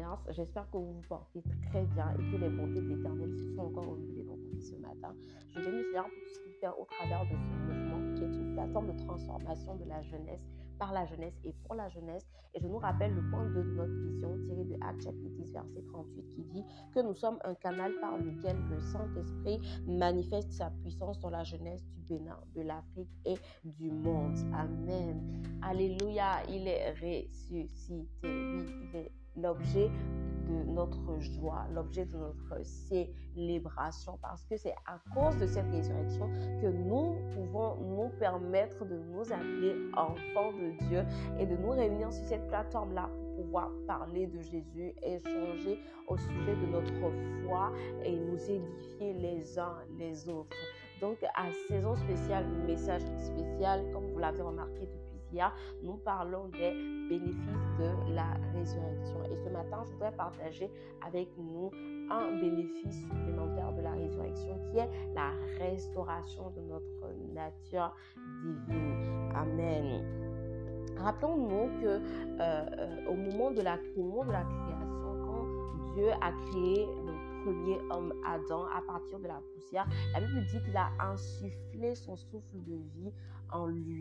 grâce. J'espère que vous vous portez très bien et que les bontés de l'Éternel se sont encore renouvelées dans vos vies ce matin. Je bénis le Seigneur pour tout ce qu'il fait au travers de ce mouvement qui est une plateforme de transformation de la jeunesse, par la jeunesse et pour la jeunesse. Et je nous rappelle le point 2 de notre vision tiré de Actes chapitre 10 verset 38 qui dit que nous sommes un canal par lequel le Saint-Esprit manifeste sa puissance dans la jeunesse du Bénin, de l'Afrique et du monde. Amen. Alléluia, il est ressuscité. Oui, il est l'objet de notre joie, l'objet de notre célébration, parce que c'est à cause de cette résurrection que nous pouvons nous permettre de nous appeler enfants de Dieu et de nous réunir sur cette plateforme-là pour pouvoir parler de Jésus, échanger au sujet de notre foi et nous édifier les uns les autres. Donc, à saison spéciale, message spécial, comme vous l'avez remarqué depuis hier, nous parlons des bénéfices de la résurrection. Et ce matin, je voudrais partager avec nous un bénéfice supplémentaire de la résurrection qui est la restauration de notre nature divine. Amen. Rappelons-nous que au moment de la création, quand Dieu a créé le premier homme Adam à partir de la poussière, la Bible dit qu'il a insufflé son souffle de vie en lui.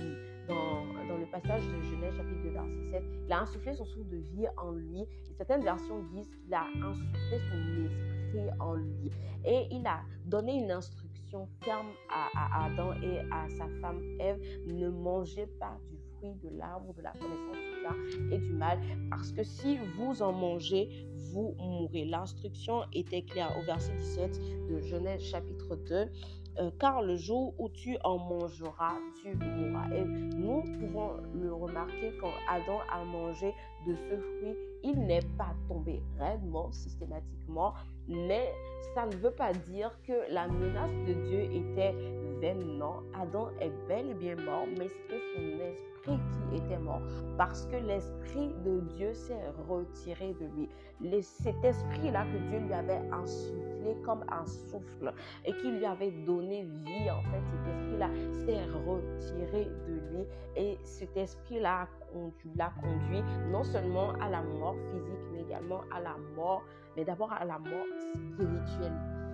Dans le passage de Genèse chapitre 2 verset 7, il a insufflé son souffle de vie en lui. Et certaines versions disent qu'il a insufflé son esprit en lui. Et il a donné une instruction ferme à Adam et à sa femme Ève: ne mangez pas du fruit de l'arbre de la connaissance du bien et du mal, parce que si vous en mangez, vous mourrez. L'instruction était claire au verset 17 de Genèse chapitre 2. Car le jour où tu en mangeras, tu mourras. Et nous pouvons le remarquer quand Adam a mangé de ce fruit, il n'est pas tombé rainement, systématiquement, mais ça ne veut pas dire que la menace de Dieu était vaine. Non, Adam est bel et bien mort, mais c'était son esprit qui était mort, parce que l'esprit de Dieu s'est retiré de lui. Cet esprit-là que Dieu lui avait insufflé comme un souffle et qui lui avait donné vie, en fait, cet esprit-là s'est retiré de lui, et cet esprit-là l'a conduit non seulement à la mort physique, mais également à la mort, mais d'abord à la mort spirituelle.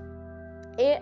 Et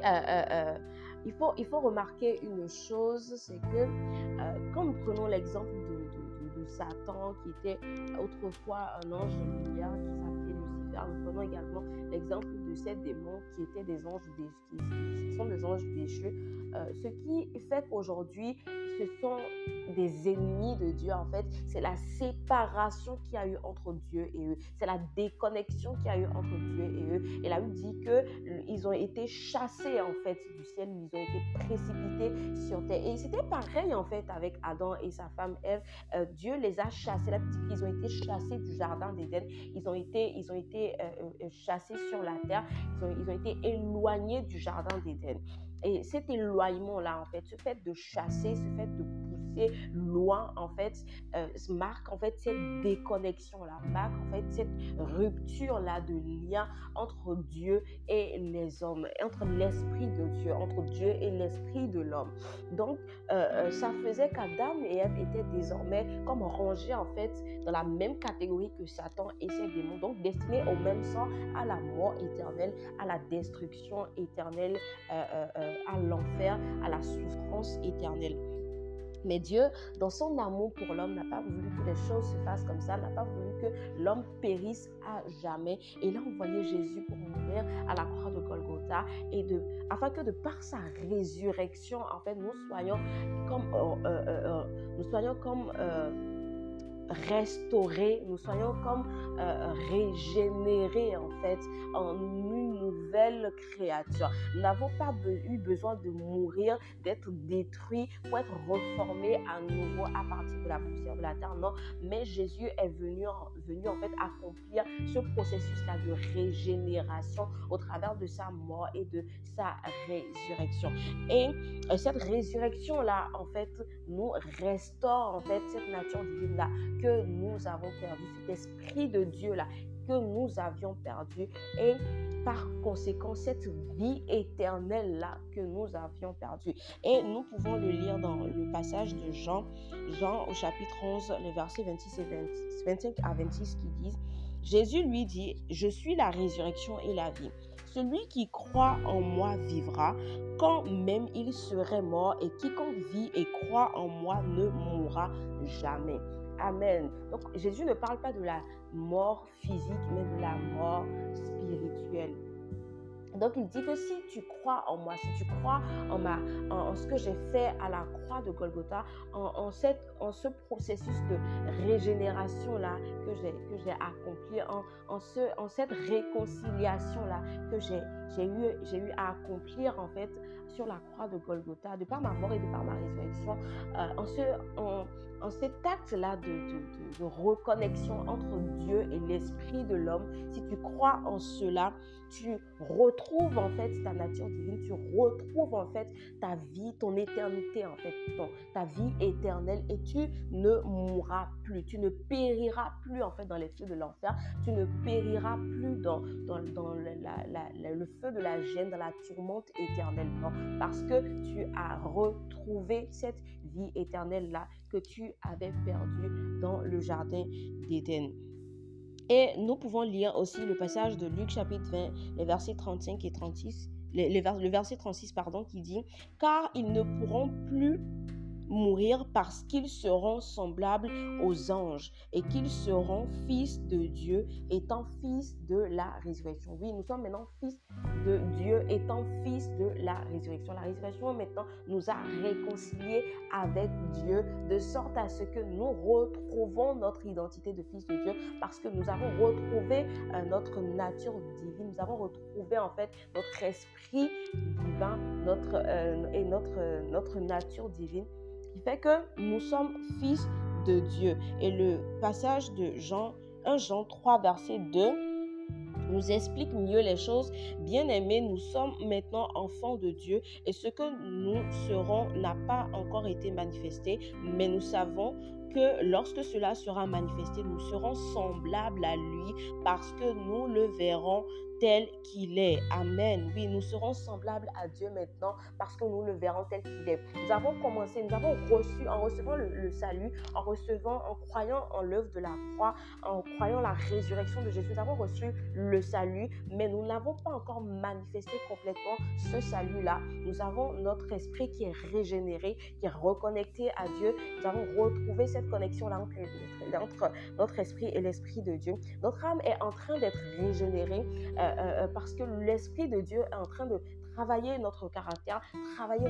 il faut remarquer une chose, c'est que quand nous prenons l'exemple de Satan, qui était autrefois un ange de lumière qui s'appelait Lucifer, nous prenons également l'exemple de ces démons qui étaient des anges qui sont des anges déchus. Ce qui fait qu'aujourd'hui, ce sont des ennemis de Dieu. En fait, c'est la séparation qu'il y a eu entre Dieu et eux. C'est la déconnexion qu'il y a eu entre Dieu et eux. Et la Bible dit qu'ils ont été chassés en fait du ciel, ils ont été précipités sur terre. Et c'était pareil en fait avec Adam et sa femme Ève. Dieu les a chassés. La Bible dit qu'ils ont été chassés du jardin d'Éden. Ils ont été chassés sur la terre. Ils ont été éloignés du jardin d'Éden. Et cet éloignement-là, en fait, ce fait de chasser, ce fait de pousser loin, en fait, marque en fait cette déconnexion-là, marque en fait cette rupture-là de lien entre Dieu et les hommes, entre l'esprit de Dieu, entre Dieu et l'esprit de l'homme. Donc, ça faisait qu'Adam et Ève étaient désormais comme rangés en fait dans la même catégorie que Satan et ses démons, donc destinés au même sort, à la mort éternelle, à la destruction éternelle, à l'enfer, à la souffrance éternelle. Mais Dieu, dans son amour pour l'homme, n'a pas voulu que les choses se fassent comme ça, n'a pas voulu que l'homme périsse à jamais. Et il a envoyé Jésus pour mourir à la croix de Golgotha, afin que de par sa résurrection, en fait, nous soyons comme restaurés, nous soyons comme régénérés en fait en une nouvelle créature. Nous n'avons pas eu besoin de mourir, d'être détruits pour être reformés à nouveau à partir de la poussière de la terre. Non, mais Jésus est venu en fait accomplir ce processus-là de régénération au travers de sa mort et de sa résurrection. Et cette résurrection-là, en fait, nous restaure en fait cette nature divine-là que nous avons perdu, cet esprit de Dieu-là que nous avions perdu, et par conséquent cette vie éternelle-là que nous avions perdue. Et nous pouvons le lire dans le passage de Jean au chapitre 11, les versets 25 à 26 qui disent: Jésus lui dit, je suis la résurrection et la vie. Celui qui croit en moi vivra, quand même il serait mort, et quiconque vit et croit en moi ne mourra jamais. Amen. Donc Jésus ne parle pas de la mort physique, mais de la mort spirituelle. Donc, il dit que si tu crois en moi, si tu crois en ce que j'ai fait à la croix de Golgotha, en ce processus de régénération-là que j'ai accompli, en cette réconciliation-là que j'ai eu à accomplir en fait sur la croix de Golgotha, de par ma mort et de par ma résurrection, en cet acte-là de reconnexion entre Dieu et l'esprit de l'homme, si tu crois en cela, tu retrouves en fait ta nature divine, tu retrouves en fait ta vie, ton éternité en fait, ta vie éternelle, et tu ne mourras plus, tu ne périras plus en fait dans les feux de l'enfer, tu ne périras plus dans le feu de la gêne, dans la tourmente éternelle, non, parce que tu as retrouvé cette vie éternelle là que tu avais perdue dans le jardin d'Éden. Et nous pouvons lire aussi le passage de Luc chapitre 20, les versets 35 et 36, le verset 36, qui dit « Car ils ne pourront plus mourir parce qu'ils seront semblables aux anges et qu'ils seront fils de Dieu étant fils de la résurrection. » Oui, nous sommes maintenant fils de Dieu étant fils de la résurrection. La résurrection maintenant nous a réconciliés avec Dieu de sorte à ce que nous retrouvons notre identité de fils de Dieu parce que nous avons retrouvé notre nature divine, nous avons retrouvé en fait notre esprit divin, notre nature divine, qui fait que nous sommes fils de Dieu. Et le passage de 1 Jean 3, verset 2, nous explique mieux les choses. Bien-aimés, nous sommes maintenant enfants de Dieu et ce que nous serons n'a pas encore été manifesté, mais nous savons que lorsque cela sera manifesté, nous serons semblables à lui parce que nous le verrons tel qu'il est. Amen. Oui, nous serons semblables à Dieu maintenant parce que nous le verrons tel qu'il est. Nous avons reçu, en recevant le salut, en croyant en l'œuvre de la croix, en croyant la résurrection de Jésus, nous avons reçu le salut, mais nous n'avons pas encore manifesté complètement ce salut-là. Nous avons notre esprit qui est régénéré, qui est reconnecté à Dieu. Nous avons retrouvé cette connexion-là entre notre esprit et l'esprit de Dieu. Notre âme est en train d'être régénérée parce que l'esprit de Dieu est en train de travailler notre caractère, travailler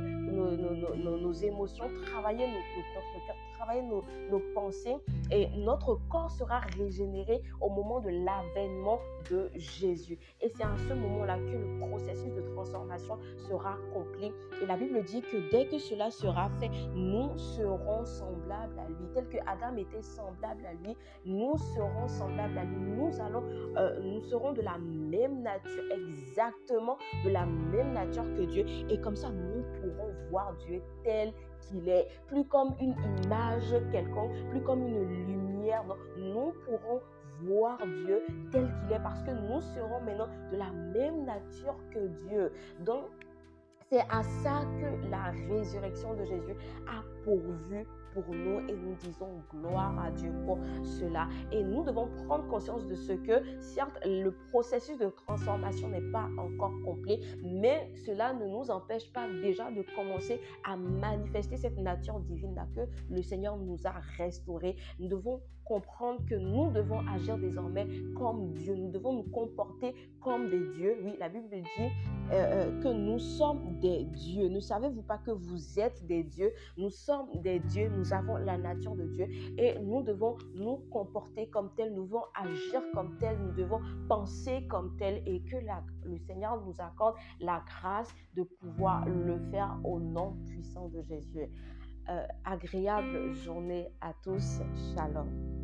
nos émotions, travailler notre cœur, travailler nos pensées, et notre corps sera régénéré au moment de l'avènement de Jésus. Et c'est à ce moment-là que le processus de transformation sera accompli. Et la Bible dit que dès que cela sera fait, nous serons semblables à lui. Tel que Adam était semblable à lui, nous serons semblables à lui. Nous serons de la même nature, exactement de la même nature que Dieu. Et comme ça, nous pourrons voir Dieu tel qu'il est, plus comme une image quelconque, plus comme une lumière. Non, nous pourrons voir Dieu tel qu'il est parce que nous serons maintenant de la même nature que Dieu. Donc, c'est à ça que la résurrection de Jésus a pourvu pour nous, et nous disons gloire à Dieu pour cela. Et nous devons prendre conscience de ce que, certes, le processus de transformation n'est pas encore complet, mais cela ne nous empêche pas déjà de commencer à manifester cette nature divine-là que le Seigneur nous a restaurée. Nous devons comprendre que nous devons agir désormais comme Dieu. Nous devons nous comporter comme des dieux. Oui, la Bible dit que nous sommes des dieux. Ne savez-vous pas que vous êtes des dieux? Nous sommes des dieux. Nous avons la nature de Dieu et nous devons nous comporter comme tel. Nous devons agir comme tel. Nous devons penser comme tel, et que le Seigneur nous accorde la grâce de pouvoir le faire au nom puissant de Jésus. Agréable journée à tous. Shalom.